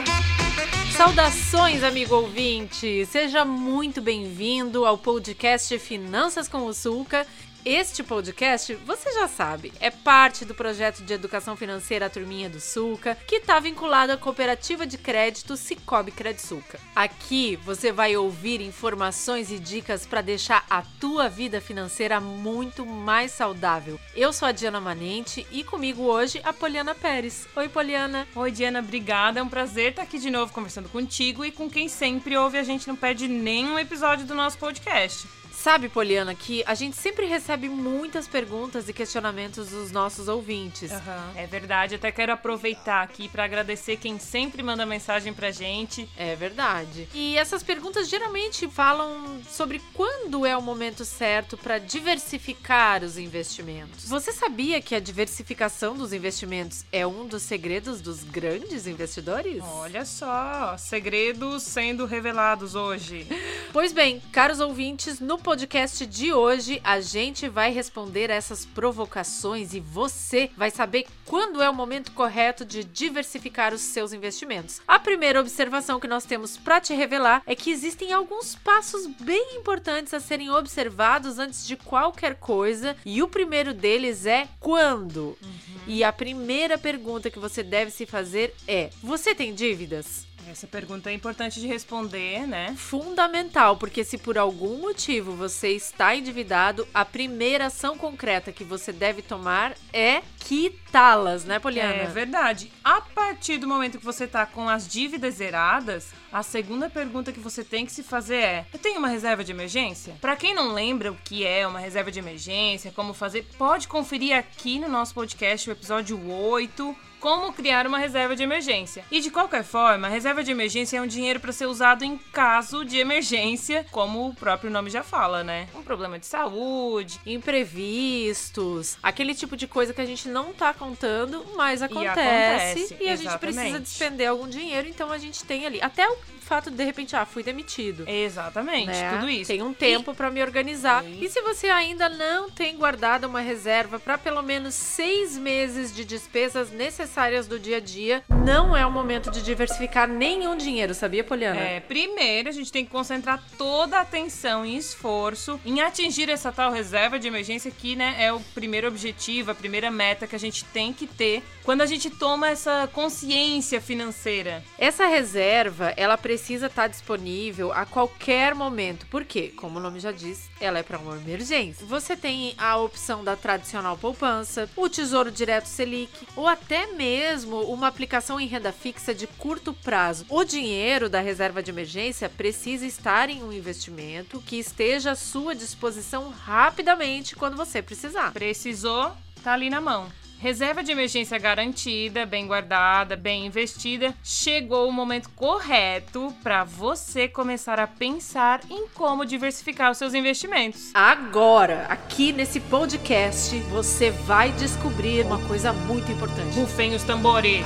Saudações, amigo ouvinte! Seja muito bem-vindo ao podcast Finanças com o Sulca. Este podcast, você já sabe, é parte do projeto de educação financeira A Turminha do Sulca, que está vinculado à cooperativa de crédito Sicoob Credsulca. Aqui você vai ouvir informações e dicas para deixar a tua vida financeira muito mais saudável. Eu sou a Diana Manente e comigo hoje a Poliana Pérez. Oi, Poliana. Oi, Diana, obrigada. É um prazer estar aqui de novo conversando contigo e com quem sempre ouve a gente não perde nenhum episódio do nosso podcast. Sabe, Poliana, que a gente sempre recebe muitas perguntas e questionamentos dos nossos ouvintes. É verdade, até quero aproveitar aqui para agradecer quem sempre manda mensagem pra gente. É verdade. E essas perguntas geralmente falam sobre quando é o momento certo para diversificar os investimentos. Você sabia que a diversificação dos investimentos é um dos segredos dos grandes investidores? Olha só, segredos sendo revelados hoje. Pois bem, caros ouvintes, no podcast de hoje a gente vai responder essas provocações e você vai saber quando é o momento correto de diversificar os seus investimentos. A primeira observação que nós temos para te revelar é que existem alguns passos bem importantes a serem observados antes de qualquer coisa e o primeiro deles é quando? E a primeira pergunta que você deve se fazer é: você tem dívidas? Essa pergunta é importante de responder, né? Fundamental, porque se por algum motivo você está endividado, a primeira ação concreta que você deve tomar é quitá-las, né, Poliana? É verdade. A partir do momento que você tá com as dívidas zeradas, a segunda pergunta que você tem que se fazer é: eu tenho uma reserva de emergência? Pra quem não lembra o que é uma reserva de emergência, como fazer, pode conferir aqui no nosso podcast, o episódio 8, como criar uma reserva de emergência. E de qualquer forma, a reserva de emergência é um dinheiro para ser usado em caso de emergência, como o próprio nome já fala, né? Um problema de saúde, imprevistos, aquele tipo de coisa que a gente não tá contando, mas acontece e a gente precisa despender algum dinheiro, então a gente tem ali. Até o fato de repente, fui demitido. Exatamente, né? Tudo isso. Tem um tempo para me organizar. E se você ainda não tem guardado uma reserva para pelo menos 6 meses de despesas necessárias do dia a dia, não é o momento de diversificar nenhum dinheiro, sabia, Poliana? Primeiro a gente tem que concentrar toda a atenção e esforço em atingir essa tal reserva de emergência que, né, é o primeiro objetivo, a primeira meta que a gente tem que ter quando a gente toma essa consciência financeira. Essa reserva, ela precisa estar disponível a qualquer momento, porque, como o nome já diz, ela é para uma emergência. Você tem a opção da tradicional poupança, o Tesouro Direto Selic, ou até mesmo uma aplicação em renda fixa de curto prazo. O dinheiro da reserva de emergência precisa estar em um investimento que esteja à sua disposição rapidamente quando você precisar. Precisou, tá ali na mão. Reserva de emergência garantida, bem guardada, bem investida. Chegou o momento correto para você começar a pensar em como diversificar os seus investimentos. Agora, aqui nesse podcast, você vai descobrir uma coisa muito importante. Rufem os tambores.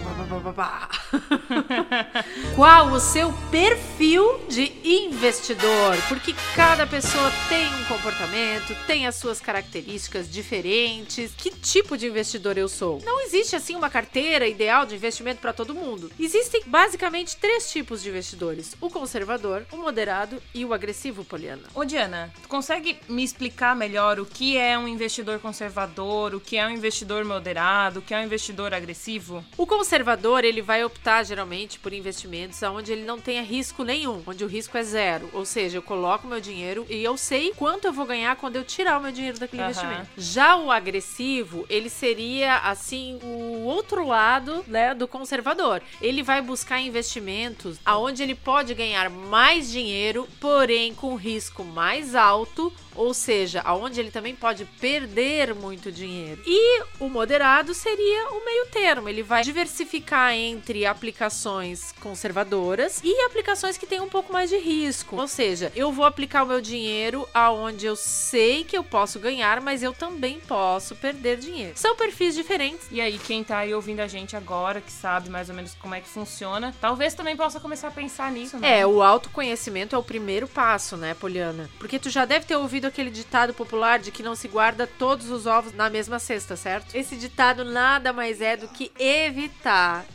Qual o seu perfil de investidor? Porque cada pessoa tem um comportamento, tem as suas características diferentes. Que tipo de investidor eu sou? Não existe assim uma carteira ideal de investimento para todo mundo. Existem basicamente 3 tipos de investidores: o conservador, o moderado e o agressivo, Poliana. Ô Diana, tu consegue me explicar melhor o que é um investidor conservador, o que é um investidor moderado, o que é um investidor agressivo? O conservador, ele vai optar geralmente por investimentos onde ele não tenha risco nenhum, onde o risco é zero. Ou seja, eu coloco meu dinheiro e eu sei quanto eu vou ganhar quando eu tirar o meu dinheiro daquele investimento. Já o agressivo, ele seria, assim, o outro lado, né, do conservador. Ele vai buscar investimentos aonde ele pode ganhar mais dinheiro, porém com risco mais alto, ou seja, aonde ele também pode perder muito dinheiro. E o moderado seria o meio termo, ele vai diversificar entre aplicações conservadoras e aplicações que têm um pouco mais de risco. Ou seja, eu vou aplicar o meu dinheiro aonde eu sei que eu posso ganhar, mas eu também posso perder dinheiro. São perfis diferentes. E aí, quem tá aí ouvindo a gente agora, que sabe mais ou menos como é que funciona, talvez também possa começar a pensar nisso, né? O autoconhecimento é o primeiro passo, né, Poliana? Porque tu já deve ter ouvido aquele ditado popular de que não se guarda todos os ovos na mesma cesta, certo? Esse ditado nada mais é do que evitar que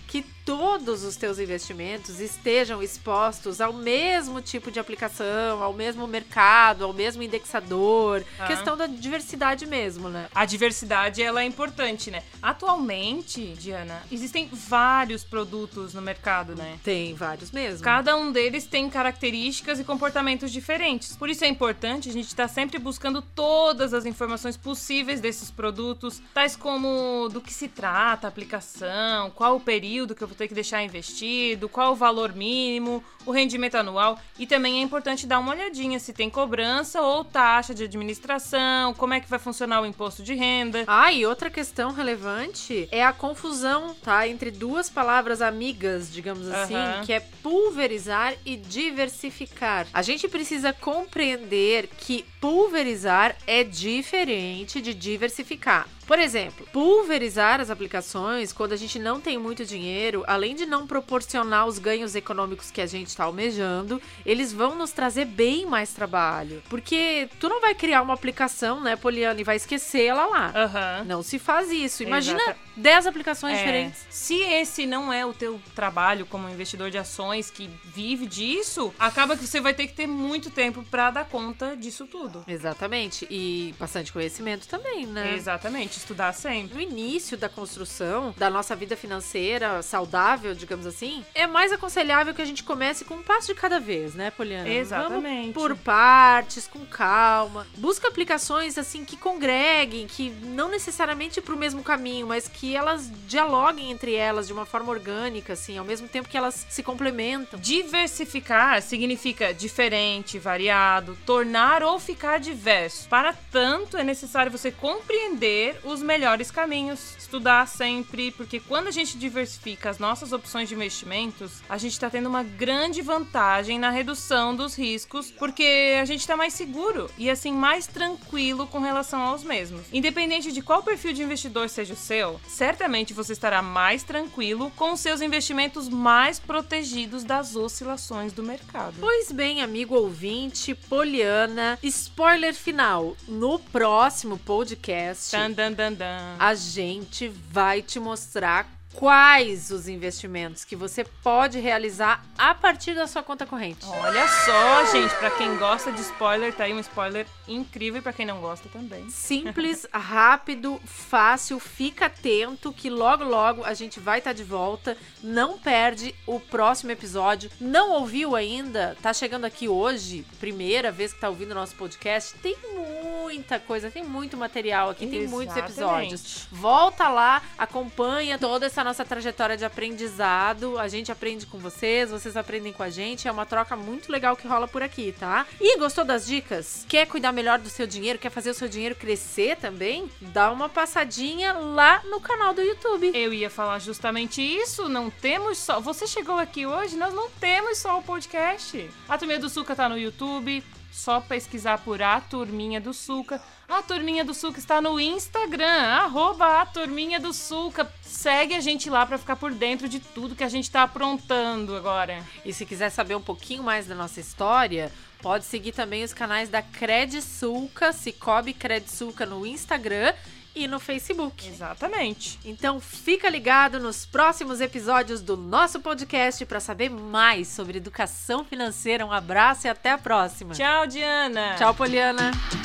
todos os teus investimentos estejam expostos ao mesmo tipo de aplicação, ao mesmo mercado, ao mesmo indexador. Questão da diversidade mesmo, né? A diversidade, ela é importante, né? Atualmente, Diana, existem vários produtos no mercado, né? Tem vários mesmo. Cada um deles tem características e comportamentos diferentes. Por isso é importante a gente estar sempre buscando todas as informações possíveis desses produtos, tais como do que se trata a aplicação, qual o período que eu vou ter que deixar investido, qual o valor mínimo, o rendimento anual. E também é importante dar uma olhadinha se tem cobrança ou taxa de administração, como é que vai funcionar o imposto de renda. E outra questão relevante é a confusão, tá? Entre duas palavras amigas, digamos assim, que é pulverizar e diversificar. A gente precisa compreender que pulverizar é diferente de diversificar. Por exemplo, pulverizar as aplicações, quando a gente não tem muito dinheiro, além de não proporcionar os ganhos econômicos que a gente está almejando, eles vão nos trazer bem mais trabalho. Porque tu não vai criar uma aplicação, né, Poliana, e vai esquecer ela lá. Não se faz isso. Imagina 10 aplicações diferentes. Se esse não é o teu trabalho como investidor de ações que vive disso, acaba que você vai ter que ter muito tempo para dar conta disso tudo. Exatamente. E bastante conhecimento também, né? Exatamente. Estudar sempre. No início da construção da nossa vida financeira saudável, digamos assim, é mais aconselhável que a gente comece com um passo de cada vez, né, Poliana? Exatamente. Vamos por partes, com calma. Busca aplicações, assim, que congreguem, que não necessariamente pro mesmo caminho, mas que elas dialoguem entre elas de uma forma orgânica, assim, ao mesmo tempo que elas se complementam. Diversificar significa diferente, variado, tornar ou ficar diverso. Para tanto, é necessário você compreender os melhores caminhos, estudar sempre, porque quando a gente diversifica as nossas opções de investimentos, a gente está tendo uma grande vantagem na redução dos riscos, porque a gente está mais seguro e assim mais tranquilo com relação aos mesmos. Independente de qual perfil de investidor seja o seu, certamente você estará mais tranquilo com os seus investimentos mais protegidos das oscilações do mercado. Pois bem, amigo ouvinte, Poliana, spoiler final, no próximo podcast a gente vai te mostrar quais os investimentos que você pode realizar a partir da sua conta corrente. Olha só, gente, pra quem gosta de spoiler, tá aí um spoiler incrível, e pra quem não gosta também. Simples, rápido, fácil, fica atento que logo logo a gente vai estar de volta. Não perde o próximo episódio. Não ouviu ainda? Tá chegando aqui hoje, primeira vez que tá ouvindo o nosso podcast, tem muita coisa, tem muito material aqui, tem muitos episódios. Volta lá, acompanha toda essa nossa trajetória de aprendizado. A gente aprende com vocês, vocês aprendem com a gente. É uma troca muito legal que rola por aqui, tá? E gostou das dicas? Quer cuidar melhor do seu dinheiro? Quer fazer o seu dinheiro crescer também? Dá uma passadinha lá no canal do YouTube. Eu ia falar justamente isso. Não temos só... Você chegou aqui hoje, nós não temos só o podcast. A Turminha do Suca tá no YouTube. Só pesquisar por A Turminha do Suca. A Turminha do Suca está no Instagram, @aturminhadosuca. Segue a gente lá para ficar por dentro de tudo que a gente tá aprontando agora. E se quiser saber um pouquinho mais da nossa história, pode seguir também os canais da Credsuca, Cicobi Credsuca no Instagram e no Facebook. Exatamente. Então fica ligado nos próximos episódios do nosso podcast para saber mais sobre educação financeira. Um abraço e até a próxima. Tchau, Diana. Tchau, Poliana.